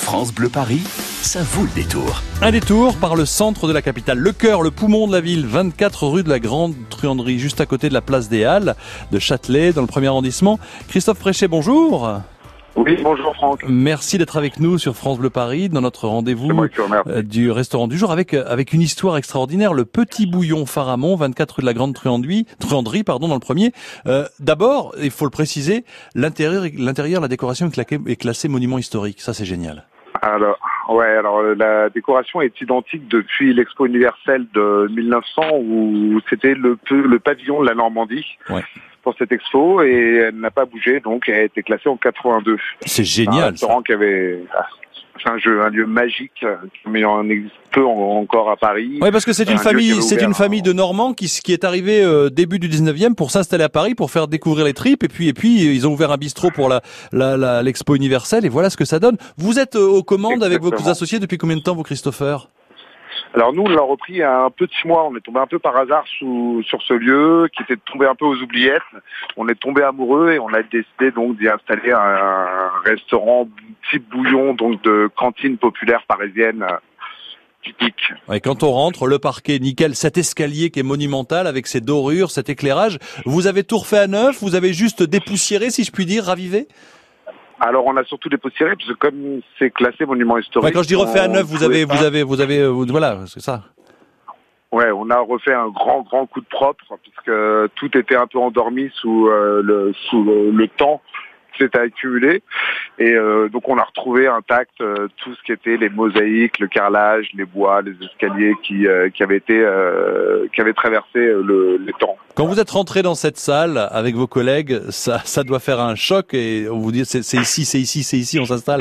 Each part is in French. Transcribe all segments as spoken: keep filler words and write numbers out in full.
France Bleu Paris, ça vaut le détour. Un détour par le centre de la capitale, le cœur, le poumon de la ville, vingt-quatre rue de la Grande Truanderie, juste à côté de la place des Halles de Châtelet, dans le premier arrondissement. Christophe Fréchet, bonjour. Oui, bonjour Franck. Merci d'être avec nous sur France Bleu Paris, dans notre rendez-vous du restaurant du jour, avec avec une histoire extraordinaire, le Petit Bouillon Pharamond, vingt-quatre rue de la Grande Truanderie, Truanderie, pardon, dans le premier. Euh, d'abord, il faut le préciser, l'intérieur, l'intérieur, la décoration est classée, est classée monument historique. Ça, c'est génial. Alors, ouais, alors la décoration est identique depuis l'Expo universelle de mille neuf cents où c'était le, le pavillon de la Normandie. Ouais. Pour cette expo, et elle n'a pas bougé, donc elle a été classée en quatre-vingt-deux. C'est génial. Un restaurant ça. qui avait, c'est un jeu, un lieu magique, mais il en existe peu encore à Paris. Oui, parce que c'est une famille, c'est une famille de Normands qui, qui est arrivée euh, début du dix-neuvième pour s'installer à Paris, pour faire découvrir les tripes, et puis, et puis ils ont ouvert un bistrot pour la, la, la l'expo universelle, et voilà ce que ça donne. Vous êtes aux commandes Exactement. avec vos associés depuis combien de temps, vous, Christopher ? Alors nous, on l'a repris il y a un peu de six mois. On est tombé un peu par hasard sous, sur ce lieu qui était tombé un peu aux oubliettes. On est tombé amoureux et on a décidé donc d'y installer un, un restaurant type bouillon, donc de cantine populaire parisienne typique. Et quand on rentre, le parquet nickel, cet escalier qui est monumental avec ses dorures, cet éclairage, vous avez tout refait à neuf, vous avez juste dépoussiéré, si je puis dire, ravivé ? Alors on a surtout dépoussiéré parce que comme c'est classé monument historique. Ouais, quand je dis refait à neuf, vous avez, vous avez, vous avez, vous avez, voilà, c'est ça. Ouais, on a refait un grand, grand coup de propre puisque tout était un peu endormi sous euh, le sous le, le temps qui s'était accumulé et euh, donc on a retrouvé intact euh, tout ce qui était les mosaïques, le carrelage, les bois, les escaliers qui euh, qui avaient été euh, qui avaient traversé le les temps. Quand vous êtes rentré dans cette salle avec vos collègues, ça, ça doit faire un choc et on vous dit c'est, c'est ici, c'est ici, c'est ici, on s'installe.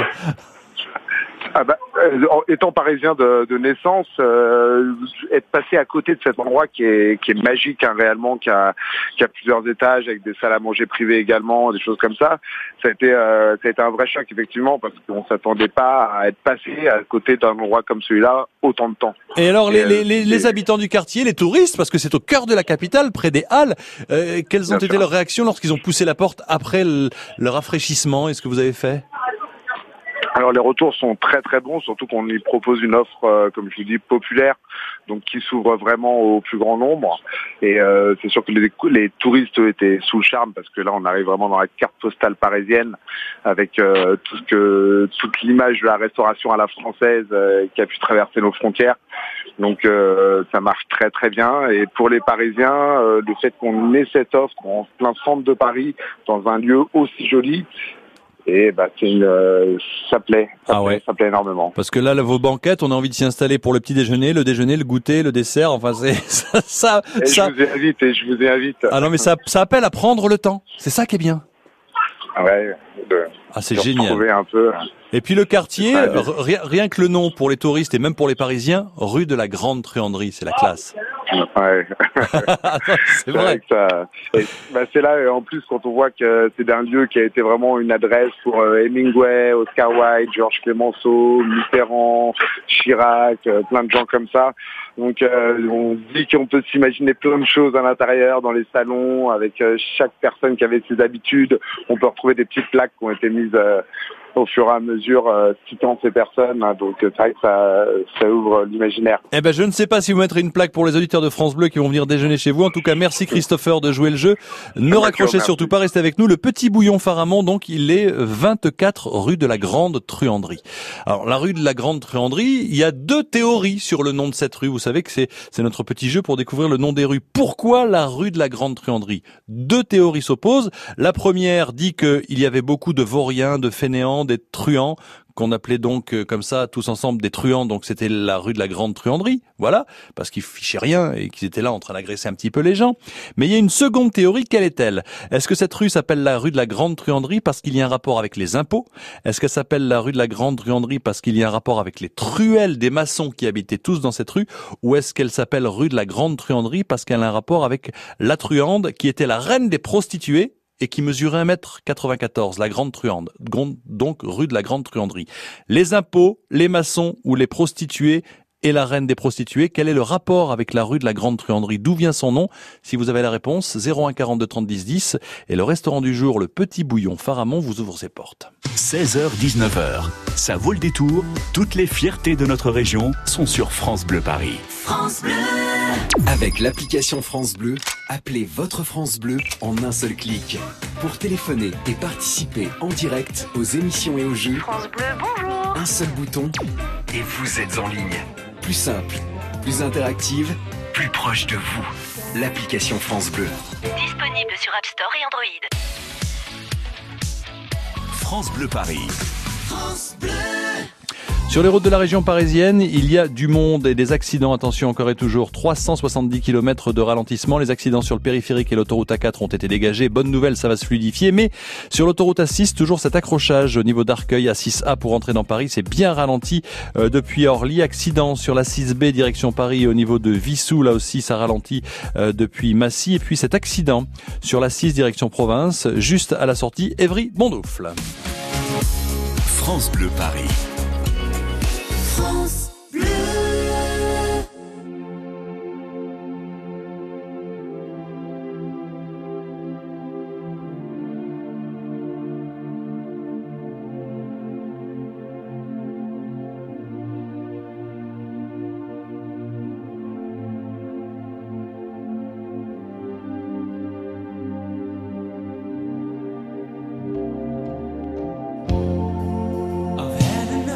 Ah bah, euh, étant parisien de, de naissance, euh, être passé à côté de cet endroit qui est qui est magique hein, réellement, qui a qui a plusieurs étages avec des salles à manger privées également, des choses comme ça, ça a été euh, ça a été un vrai choc effectivement parce qu'on s'attendait pas à être passé à côté d'un endroit comme celui-là autant de temps. Et alors et les, les, les, les habitants du quartier, les touristes, parce que c'est au cœur de la capitale, près des Halles, euh, quelles ont Bien été sûr. leurs réactions lorsqu'ils ont poussé la porte après le, le rafraîchissement ? Est-ce que vous avez fait ? Alors les retours sont très très bons, surtout qu'on y propose une offre, euh, comme je vous dis, populaire, donc qui s'ouvre vraiment au plus grand nombre. Et euh, c'est sûr que les, les touristes étaient sous le charme parce que là on arrive vraiment dans la carte postale parisienne avec euh, tout ce que toute l'image de la restauration à la française euh, qui a pu traverser nos frontières. Donc euh, ça marche très très bien. Et pour les Parisiens, euh, le fait qu'on ait cette offre en plein centre de Paris, dans un lieu aussi joli. Et bah c'est une, euh, ça plaît, ça, ah plaît ouais. ça plaît énormément. Parce que là, là, vos banquettes, on a envie de s'y installer pour le petit déjeuner, le déjeuner, le goûter, le dessert. Enfin, c'est ça. ça, et ça... Je vous invite, et je vous invite. Ah non, mais ça, ça appelle à prendre le temps. C'est ça qui est bien. Ah ouais. De, ah c'est de génial. Un peu. Et puis le quartier, rien, rien que le nom pour les touristes et même pour les Parisiens, rue de la Grande Truanderie, c'est la classe. Ouais. c'est vrai. C'est, vrai ça, et, bah c'est là, en plus, quand on voit que c'est un lieu qui a été vraiment une adresse pour euh, Hemingway, Oscar Wilde, Georges Clemenceau, Mitterrand, Chirac, euh, plein de gens comme ça. Donc euh, on se dit qu'on peut s'imaginer plein de choses à l'intérieur, dans les salons, avec euh, chaque personne qui avait ses habitudes. On peut retrouver des petites plaques qui ont été mises euh, au fur et à mesure euh, citant ces personnes. Hein, donc c'est vrai que ça, ça ouvre l'imaginaire. Eh ben je ne sais pas si vous mettrez une plaque pour les auditeurs de France Bleu qui vont venir déjeuner chez vous. En tout cas, merci Christopher de jouer le jeu. Ne raccrochez surtout pas, restez avec nous. Le Petit Bouillon Pharamond, donc il est vingt-quatre rue de la Grande Truanderie. Alors la rue de la Grande Truanderie, il y a deux théories sur le nom de cette rue. Vous savez que c'est c'est notre petit jeu pour découvrir le nom des rues. Pourquoi la rue de la Grande Truanderie ? Deux théories s'opposent. La première dit qu'il y avait beaucoup de vauriens, de fainéants, des truands, qu'on appelait donc euh, comme ça tous ensemble des truands, donc c'était la rue de la Grande Truanderie, voilà, parce qu'ils fichaient rien et qu'ils étaient là en train d'agresser un petit peu les gens. Mais il y a une seconde théorie, quelle est-elle ? Est-ce que cette rue s'appelle la rue de la Grande Truanderie parce qu'il y a un rapport avec les impôts ? Est-ce qu'elle s'appelle la rue de la Grande Truanderie parce qu'il y a un rapport avec les truelles des maçons qui habitaient tous dans cette rue ? Ou est-ce qu'elle s'appelle rue de la Grande Truanderie parce qu'elle a un rapport avec la truande qui était la reine des prostituées et qui mesurait un mètre quatre-vingt-quatorze, la Grande Truande, donc rue de la Grande Truanderie. Les impôts, les maçons ou les prostituées est la reine des prostituées. Quel est le rapport avec la rue de la Grande Truanderie? D'où vient son nom? Si vous avez la réponse, zéro un quarante-deux trente dix dix. Et le restaurant du jour, le Petit Bouillon Pharamond, vous ouvre ses portes. seize heures dix-neuf heures. Ça vaut le détour. Toutes les fiertés de notre région sont sur France Bleu Paris. France Bleu. Avec l'application France Bleu, appelez votre France Bleu en un seul clic. Pour téléphoner et participer en direct aux émissions et aux jeux, France Bleu, bonjour. un seul bouton et vous êtes en ligne. Plus simple, plus interactive, plus proche de vous. L'application France Bleu. Disponible sur App Store et Android. France Bleu Paris. France Bleu. Sur les routes de la région parisienne, il y a du monde et des accidents. Attention, encore et toujours, trois cent soixante-dix kilomètres de ralentissement. Les accidents sur le périphérique et l'autoroute A quatre ont été dégagés. Bonne nouvelle, ça va se fluidifier. Mais sur l'autoroute A six, toujours cet accrochage au niveau d'Arcueil, A six A pour entrer dans Paris. C'est bien ralenti euh, depuis Orly. Accident sur la six B direction Paris au niveau de Vissou. Là aussi, ça ralentit euh, depuis Massy. Et puis cet accident sur la six direction province, juste à la sortie Évry-Bondoufle. France Bleu Paris. France Bleu. I've had enough.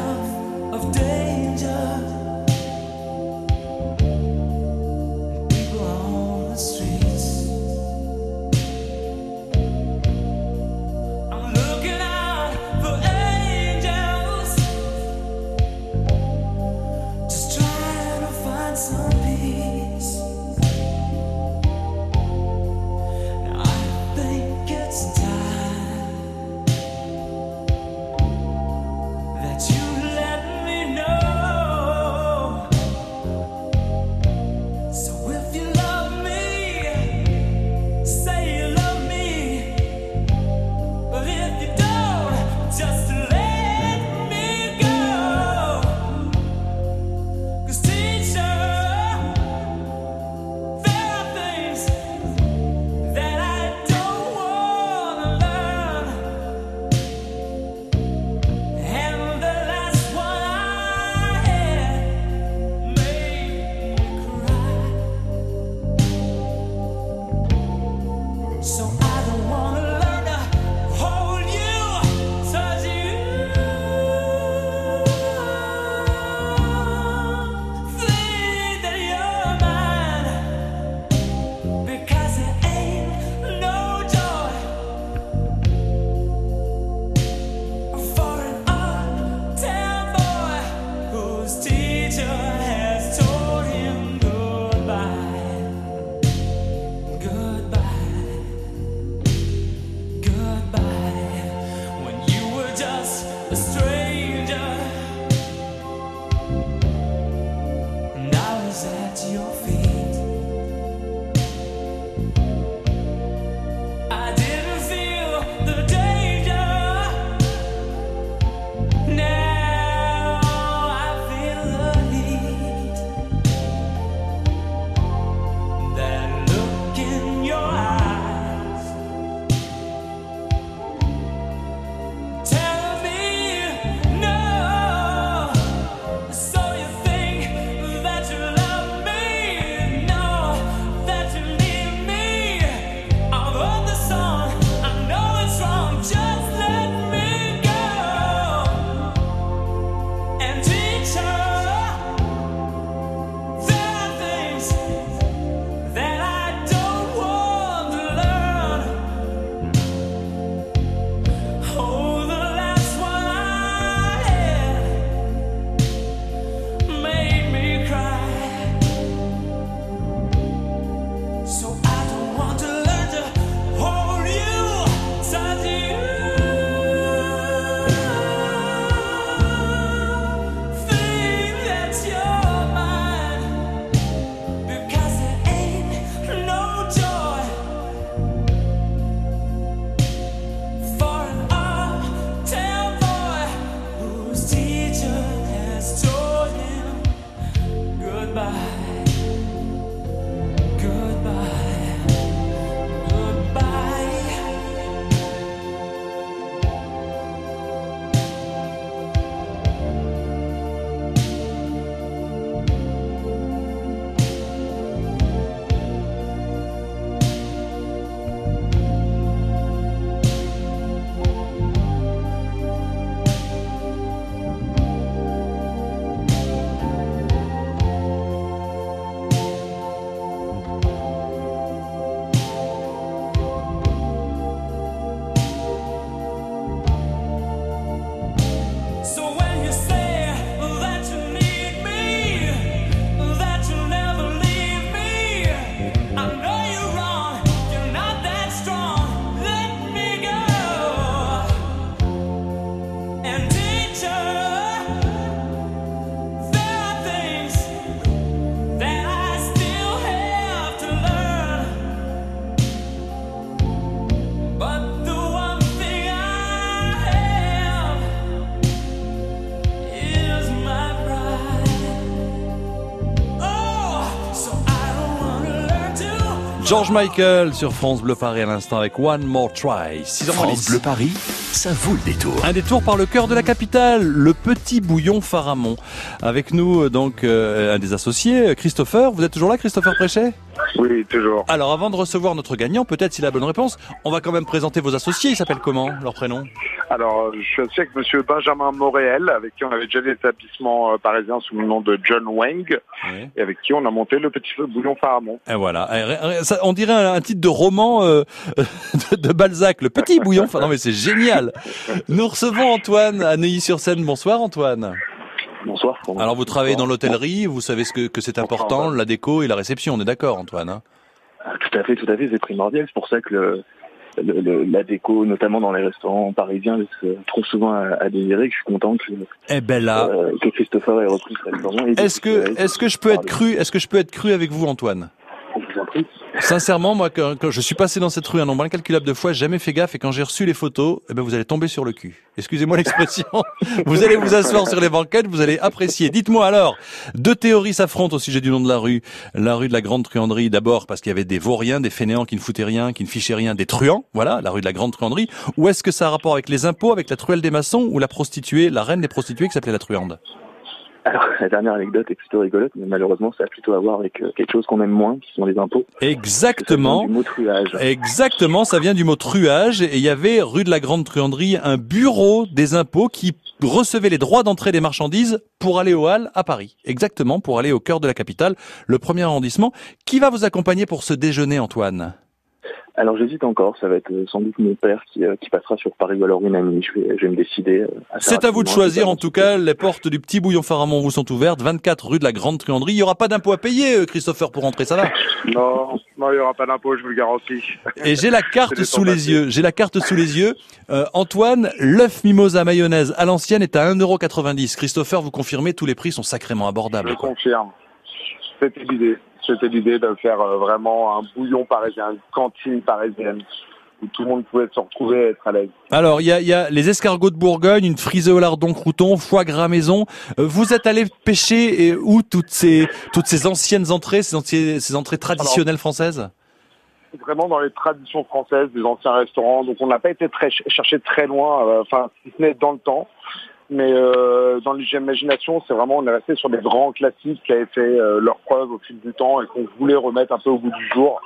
George Michael sur France Bleu Paris à l'instant avec One More Try. six heures France Bleu Paris, ça vaut le détour. Un détour par le cœur de la capitale, le petit bouillon Pharamond. Avec nous donc euh, un des associés, Christopher. Vous êtes toujours là, Christopher Préchet ? Oui, toujours. Alors avant de recevoir notre gagnant, peut-être s'il a la bonne réponse, on va quand même présenter vos associés. Ils s'appellent comment, leur prénom ? Alors, je suis associé avec monsieur Benjamin Moréel, avec qui on avait déjà l'établissement parisien sous le nom de John Wang, oui. Et avec qui on a monté le petit bouillon Pharamond. Et voilà, ça, on dirait un, un titre de roman euh, de, de Balzac, le petit bouillon. Enfin non mais c'est génial. Nous recevons Antoine à Neuilly-sur-Seine. Bonsoir Antoine. Bonsoir. Alors vous travaillez dans l'hôtellerie, vous savez ce que, que c'est important, la déco et la réception, on est d'accord Antoine hein? Tout à fait, tout à fait, c'est primordial. C'est pour ça que le, le, le, la déco, notamment dans les restaurants parisiens, se trouve souvent à, à désirer. Que je suis content que, eh ben là, euh, que Christopher ait repris ce restaurant. Est-ce que, est-ce que je peux être cru, est-ce que je peux être cru avec vous Antoine ? Je vous en prie. Sincèrement, moi, quand, quand je suis passé dans cette rue un nombre incalculable de fois, j'ai jamais fait gaffe et quand j'ai reçu les photos, eh ben vous allez tomber sur le cul. Excusez-moi l'expression. Vous allez vous asseoir sur les banquettes, vous allez apprécier. Dites-moi alors, deux théories s'affrontent au sujet du nom de la rue. La rue de la Grande Truanderie, d'abord parce qu'il y avait des vauriens, des fainéants qui ne foutaient rien, qui ne fichaient rien, des truands. Voilà, la rue de la Grande Truanderie. Ou est-ce que ça a rapport avec les impôts, avec la truelle des maçons ou la prostituée, la reine des prostituées qui s'appelait la truande ? Alors, la dernière anecdote est plutôt rigolote, mais malheureusement, ça a plutôt à voir avec euh, quelque chose qu'on aime moins, qui sont les impôts. Exactement. Ça vient du mot truage. Exactement, ça vient du mot truage. Et il y avait, rue de la Grande Truanderie, un bureau des impôts qui recevait les droits d'entrée des marchandises pour aller aux Halles à Paris. Exactement, pour aller au cœur de la capitale, le premier arrondissement. Qui va vous accompagner pour ce déjeuner, Antoine ? Alors j'hésite encore, ça va être sans doute mon père qui, euh, qui passera sur Paris ou alors une amie, je vais, je vais me décider. Euh, C'est à vous de choisir en tout cas, les portes du petit bouillon Pharamond vous sont ouvertes, vingt-quatre rue de la Grande Truanderie. Il n'y aura pas d'impôt à payer, Christopher, pour rentrer, ça va ? Non, non, il n'y aura pas d'impôt, je vous le garantis. Et j'ai la carte sous les yeux, j'ai la carte sous les yeux. Euh, Antoine, l'œuf mimosa mayonnaise à l'ancienne est à un euro quatre-vingt-dix. Christopher, vous confirmez, tous les prix sont sacrément abordables. Je confirme, c'était l'idée. C'était l'idée de faire vraiment un bouillon parisien, une cantine parisienne, où tout le monde pouvait se retrouver et être à l'aise. Alors, il y a, y a les escargots de Bourgogne, une frisée au lardon crouton, foie gras maison. Euh, vous êtes allé pêcher et où toutes ces toutes ces anciennes entrées, ces, anciennes, ces entrées traditionnelles Alors, françaises ? Vraiment dans les traditions françaises, des anciens restaurants. Donc on n'a pas été très chercher très loin, euh, enfin si ce n'est dans le temps. Mais euh, dans l'imagination, c'est vraiment, on est resté sur des grands classiques qui avaient fait euh, leur preuve au fil du temps et qu'on voulait remettre un peu au goût du jour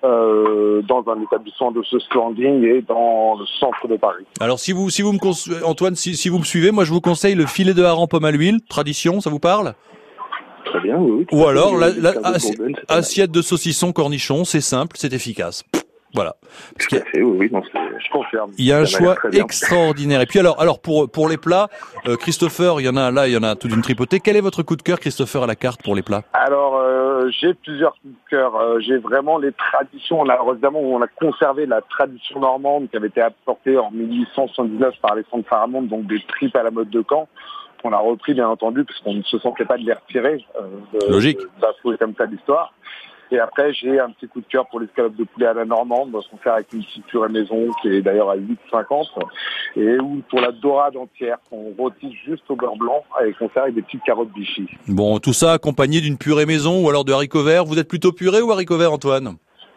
euh, dans un établissement de ce standing et dans le centre de Paris. Alors si vous, si vous me cons... Antoine, si, si vous me suivez, moi je vous conseille le filet de hareng pomme à l'huile, tradition, ça vous parle ? Très bien, oui. oui Ou alors la, la, la assi... Bourgogne, assiette de saucisson cornichon, c'est simple, c'est efficace. Voilà. Parce Tout à fait, oui, oui, non, je confirme. Il y a un choix extraordinaire. Et puis alors, alors pour pour les plats, euh, Christopher, il y en a là, il y en a toute une tripotée. Quel est votre coup de cœur, Christopher, à la carte pour les plats ? Alors, euh, j'ai plusieurs coups de cœur. Euh, j'ai vraiment les traditions. On a évidemment, on a conservé la tradition normande qui avait été apportée en mille huit cent soixante-dix-neuf par les Alexandre Pharamond, donc des tripes à la mode de Caen. On a repris, bien entendu, parce qu'on ne se sentait pas de les retirer. Euh, de, Logique. D'infos comme ça d'histoire. Et après, j'ai un petit coup de cœur pour l'escalope de poulet à la normande, qu'on fait avec une petite purée maison, qui est d'ailleurs à huit cinquante. Et ou pour la dorade entière, qu'on rôtit juste au beurre blanc, et qu'on fait avec des petites carottes Vichy. Bon, tout ça accompagné d'une purée maison ou alors de haricots verts. Vous êtes plutôt purée ou haricots verts, Antoine ?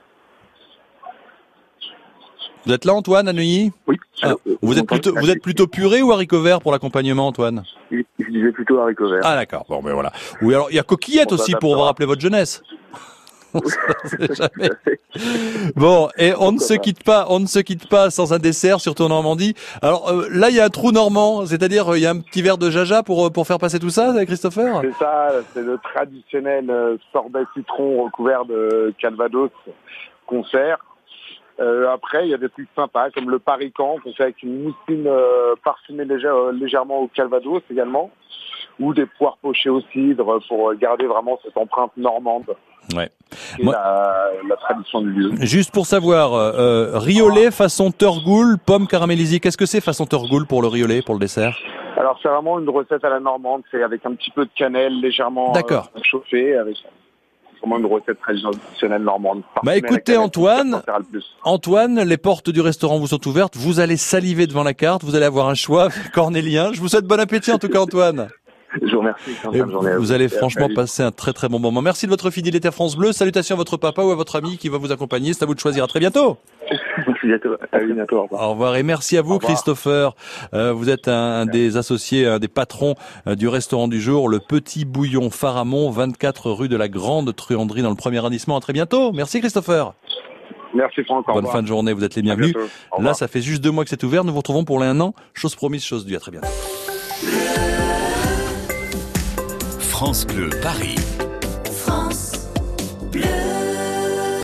Vous êtes là, Antoine, à Neuilly ? Oui. Ah, vous êtes plutôt, vous êtes plutôt purée ou haricots verts pour l'accompagnement, Antoine ? Je disais plutôt haricots verts. Ah d'accord, bon ben voilà. Oui, alors il y a coquillettes aussi pour vous rappeler votre jeunesse. On sait jamais. Bon, et on ne se quitte pas, on ne se quitte pas sans un dessert, surtout en Normandie. Alors euh, là, il y a un trou normand, c'est-à-dire il y a un petit verre de jaja pour pour faire passer tout ça, Christopher ? C'est ça, c'est le traditionnel sorbet citron recouvert de calvados qu'on sert. Euh, après, il y a des trucs sympas comme le parican qu'on fait avec une mousseline euh, parfumée légère, euh, légèrement au calvados également, ou des poires pochées au cidre pour garder vraiment cette empreinte normande. Ouais. Qui est Moi, la, la tradition du lieu. Juste pour savoir, euh, riolet façon Turgoule, pomme caramélisée, qu'est-ce que c'est façon Turgoule pour le riolet, pour le dessert ? Alors c'est vraiment une recette à la normande, c'est avec un petit peu de cannelle légèrement D'accord. Euh, chauffée, avec vraiment une recette traditionnelle normande. Bah écoutez Antoine, Antoine, les portes du restaurant vous sont ouvertes, vous allez saliver devant la carte, vous allez avoir un choix cornélien. Je vous souhaite bon appétit en tout cas Antoine. Je vous remercie. Et Fin de journée à vous allez franchement Salut. passer un très très bon moment. Merci de votre fidélité à France Bleu. Salutations à votre papa ou à votre ami qui va vous accompagner. C'est à vous de choisir. À très bientôt. À bientôt. À bientôt. Au revoir. Au revoir et merci à vous, Christopher. Euh, vous êtes un, un des associés, un des patrons euh, du restaurant du jour, le Petit Bouillon Pharamond, vingt-quatre rue de la Grande Truanderie dans le premier arrondissement. À très bientôt. Merci Christopher. Merci Franck. Au Bonne revoir. fin de journée. Vous êtes les À bienvenus. bientôt. Au Là, revoir. ça fait juste deux mois que c'est ouvert. Nous vous retrouvons pour les un an. Chose promise, chose due. À très bientôt. France Bleu Paris.